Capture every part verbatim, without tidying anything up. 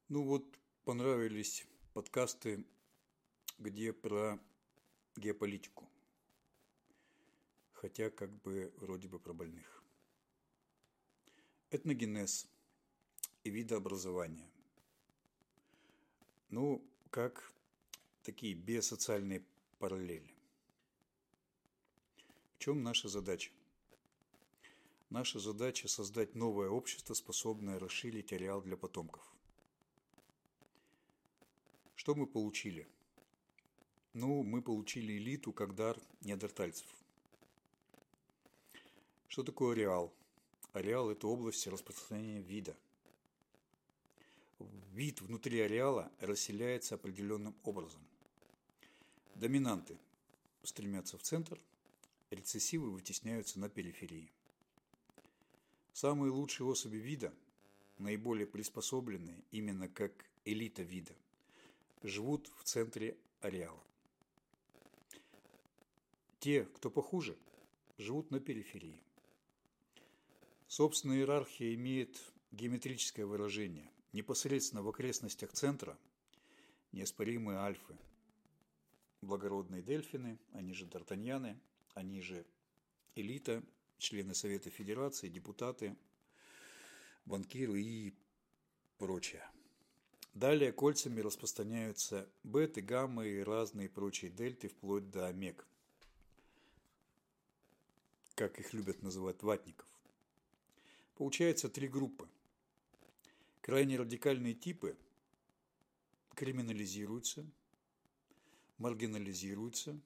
Ну вот, понравились подкасты, где про геополитику, хотя как бы вроде бы про больных. Этногенез и видообразование. Ну, как такие биосоциальные параллели. В чем наша задача? Наша задача создать новое общество, способное расширить ареал для потомков. Что мы получили? Ну, мы получили элиту как дар неандертальцев. Что такое ареал? Ареал – это область распространения вида. Вид внутри ареала расселяется определенным образом. Доминанты стремятся в центр, рецессивы вытесняются на периферии. Самые лучшие особи вида, наиболее приспособленные именно как элита вида, живут в центре ареала. Те, кто похуже, живут на периферии. Собственная иерархия имеет геометрическое выражение. Непосредственно в окрестностях центра неоспоримые альфы, благородные дельфины, они же д'Артаньяны, они же элита, члены Совета Федерации, депутаты, банкиры и прочее. Далее кольцами распространяются беты, гаммы и разные прочие дельты, вплоть до омег, как их любят называть ватников. Получается три группы. Крайне радикальные типы криминализируются, маргинализируются,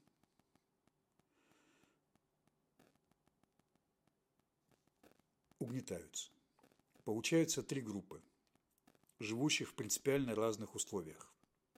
угнетаются. Получается три группы, живущих в принципиально разных условиях.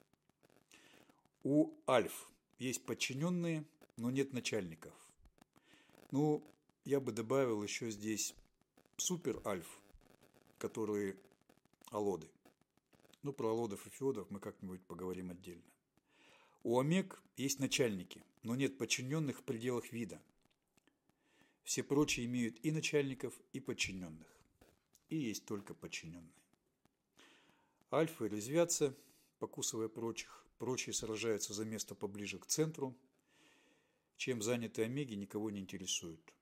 У альф есть подчиненные, но нет начальников. Ну, я бы добавил еще здесь супер-альф, которые алоды. Ну, про алодов и феодов мы как-нибудь поговорим отдельно. У омег есть начальники, но нет подчиненных в пределах вида. Все прочие имеют и начальников, и подчиненных. И есть только подчиненные. Альфы резвятся, покусывая прочих. Прочие сражаются за место поближе к центру. Чем заняты омеги, никого не интересуют.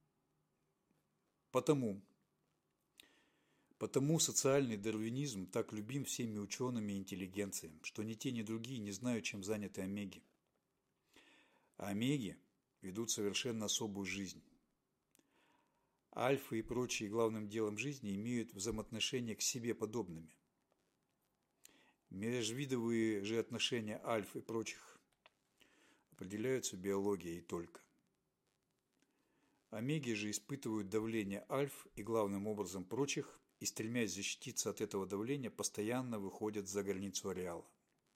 Потому, потому социальный дарвинизм так любим всеми учеными и интеллигенцией, что ни те, ни другие не знают, чем заняты омеги. А омеги ведут совершенно особую жизнь. Альфы и прочие главным делом жизни имеют взаимоотношения к себе подобными. Межвидовые же отношения альф и прочих определяются биологией и только. Омеги же испытывают давление альф и главным образом прочих, и, стремясь защититься от этого давления, постоянно выходят за границу ареала.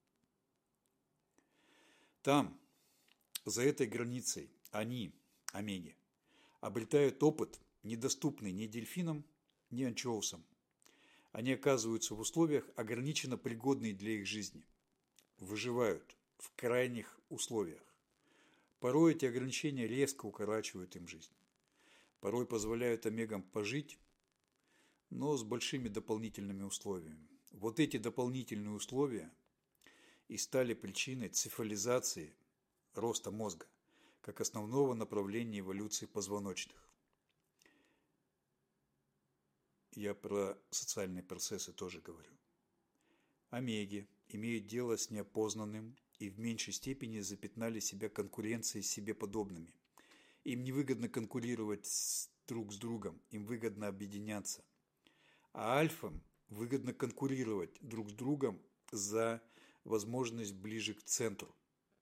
Там, за этой границей, они, омеги, обретают опыт, недоступный ни дельфинам, ни анчоусам. Они оказываются в условиях, ограниченно пригодные для их жизни. Выживают в крайних условиях. Порой эти ограничения резко укорачивают им жизнь. Порой позволяют омегам пожить, но с большими дополнительными условиями. Вот эти дополнительные условия и стали причиной цефализации роста мозга, как основного направления эволюции позвоночных. Я про социальные процессы тоже говорю. Омеги имеют дело с неопознанным и в меньшей степени запятнали себя конкуренцией с себе подобными. Им невыгодно конкурировать с, друг с другом, им выгодно объединяться. А альфам выгодно конкурировать друг с другом за возможность ближе к центру.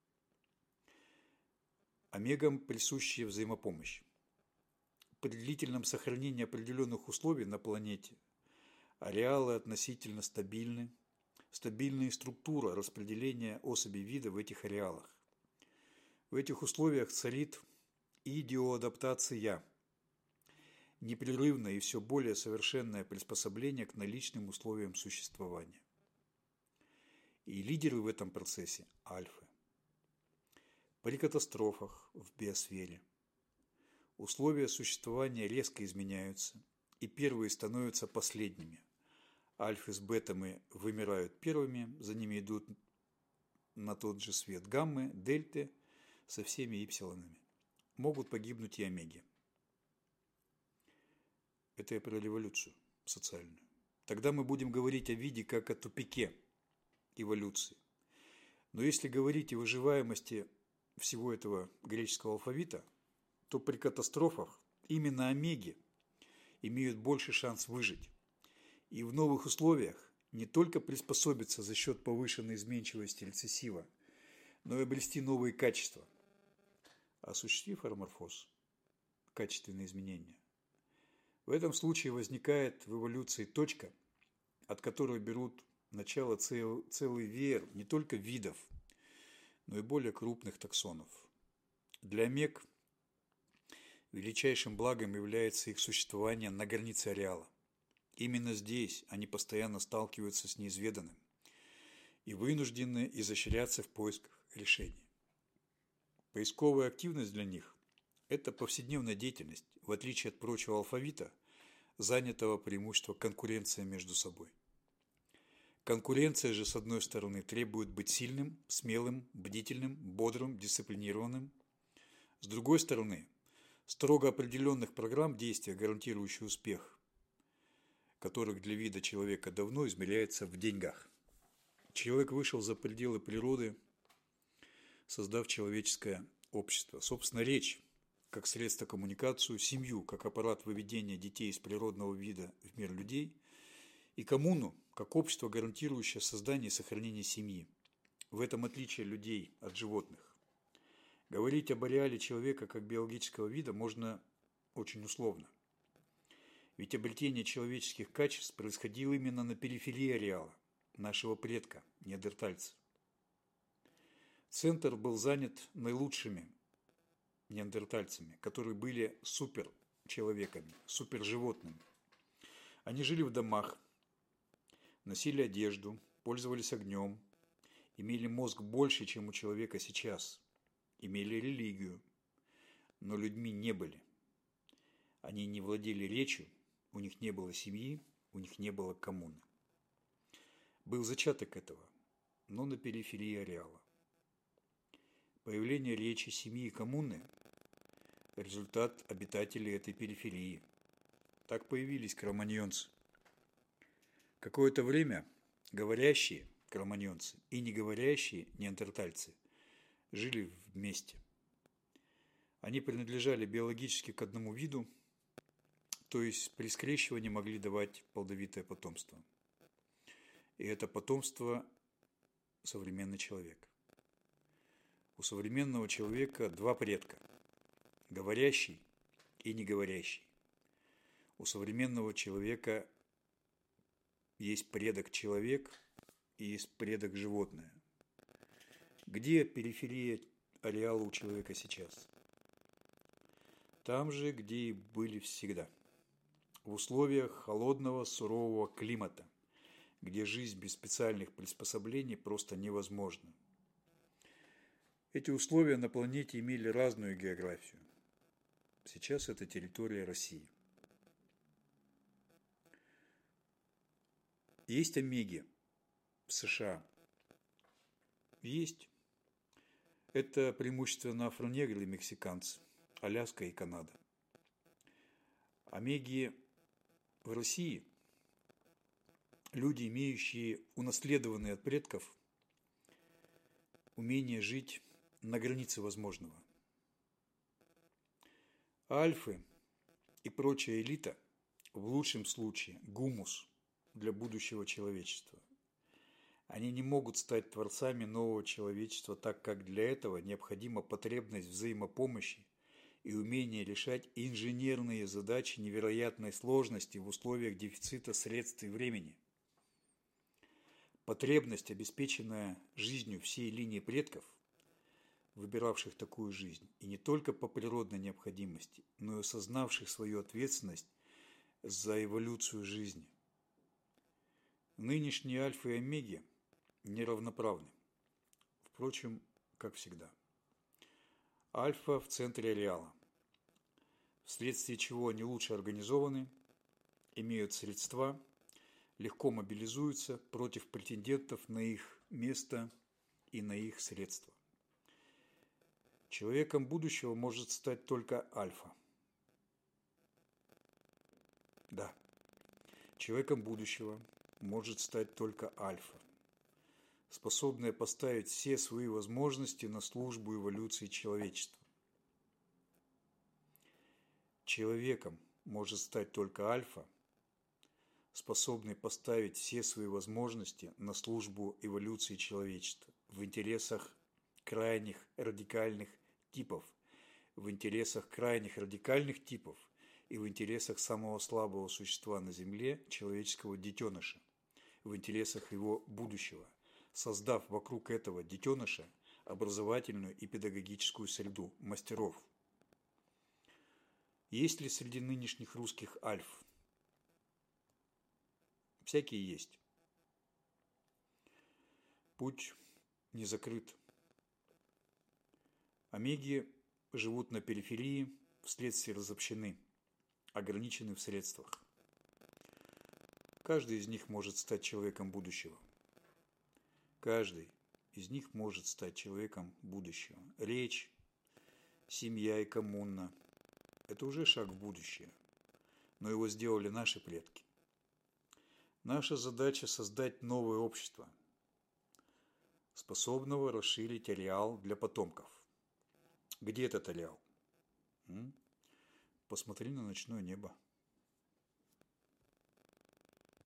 Омегам присущая взаимопомощь. При длительном сохранении определенных условий на планете ареалы относительно стабильны, стабильная структура распределения особей вида в этих ареалах. В этих условиях царит идиоадаптация, непрерывное и все более совершенное приспособление к наличным условиям существования. И лидеры в этом процессе – альфы. При катастрофах в биосфере условия существования резко изменяются, и первые становятся последними, Альфы с бетами вымирают первыми, за ними идут на тот же свет гаммы, дельты со всеми ипсилонами. Могут погибнуть и омеги. Это я про революцию социальную. Тогда мы будем говорить о виде как о тупике эволюции. Но если говорить о выживаемости всего этого греческого алфавита, то при катастрофах именно омеги имеют больше шанс выжить. И в новых условиях не только приспособиться за счет повышенной изменчивости рецессива, но и обрести новые качества, осуществив ароморфоз, качественные изменения. В этом случае возникает в эволюции точка, от которой берут начало цел, целый веер не только видов, но и более крупных таксонов. Для омег величайшим благом является их существование на границе ареала. Именно здесь они постоянно сталкиваются с неизведанным и вынуждены изощряться в поисках решений. Поисковая активность для них – это повседневная деятельность, в отличие от прочего алфавита, занятого преимуществом конкуренции между собой. Конкуренция же, с одной стороны, требует быть сильным, смелым, бдительным, бодрым, дисциплинированным. С другой стороны, строго определенных программ действия, гарантирующих успех, которых для вида человека давно измеряется в деньгах. Человек вышел за пределы природы, создав человеческое общество. Собственно, речь, как средство коммуникации, семью, как аппарат выведения детей из природного вида в мир людей, и коммуну, как общество, гарантирующее создание и сохранение семьи. В этом отличие людей от животных. Говорить об ареале человека как биологического вида можно очень условно. Ведь обретение человеческих качеств происходило именно на периферии ареала, нашего предка, неандертальца. Центр был занят наилучшими неандертальцами, которые были суперчеловеками, суперживотными. Они жили в домах, носили одежду, пользовались огнем, имели мозг больше, чем у человека сейчас, имели религию, но людьми не были. Они не владели речью, у них не было семьи, у них не было коммуны. Был зачаток этого, но на периферии ареала. Появление речи, семьи и коммуны – результат обитателей этой периферии. Так появились кроманьонцы. Какое-то время говорящие кроманьонцы и неговорящие неандертальцы жили вместе. Они принадлежали биологически к одному виду, то есть при скрещивании могли давать плодовитое потомство. И это потомство – современный человек. У современного человека два предка – говорящий и неговорящий. У современного человека есть предок человек и есть предок животное. Где периферия ареала у человека сейчас? Там же, где и были всегда. В условиях холодного, сурового климата, где жизнь без специальных приспособлений просто невозможна. Эти условия на планете имели разную географию. Сейчас это территория России. Есть омеги в США? Есть. Это преимущественно афронегры и мексиканцы, Аляска и Канада. Омеги в России – люди, имеющие унаследованные от предков умение жить на границе возможного. Альфы и прочая элита в лучшем случае гумус для будущего человечества. Они не могут стать творцами нового человечества, так как для этого необходима потребность взаимопомощи и умение решать инженерные задачи невероятной сложности в условиях дефицита средств и времени. Потребность, обеспеченная жизнью всей линии предков, выбиравших такую жизнь, и не только по природной необходимости, но и осознавших свою ответственность за эволюцию жизни. Нынешние альфы и омеги неравноправны. Впрочем, как всегда. Альфа в центре ареала, вследствие чего они лучше организованы, имеют средства, легко мобилизуются против претендентов на их место и на их средства. Человеком будущего может стать только альфа. Да, человеком будущего может стать только альфа, способная поставить все свои возможности на службу эволюции человечества. Человеком может стать только альфа, способный поставить все свои возможности на службу эволюции человечества в интересах крайних радикальных типов, в интересах крайних радикальных типов и в интересах самого слабого существа на Земле, человеческого детеныша, в интересах его будущего, создав вокруг этого детеныша образовательную и педагогическую среду мастеров. Есть ли среди нынешних русских альф? Всякие есть. Путь не закрыт. Омеги живут на периферии, вследствие разобщены, ограничены в средствах. Каждый из них может стать человеком будущего. Каждый из них может стать человеком будущего. Речь, семья и коммуна – это уже шаг в будущее, но его сделали наши предки. Наша задача – создать новое общество, способного расширить ареал для потомков. Где этот ареал? М? Посмотри на ночное небо.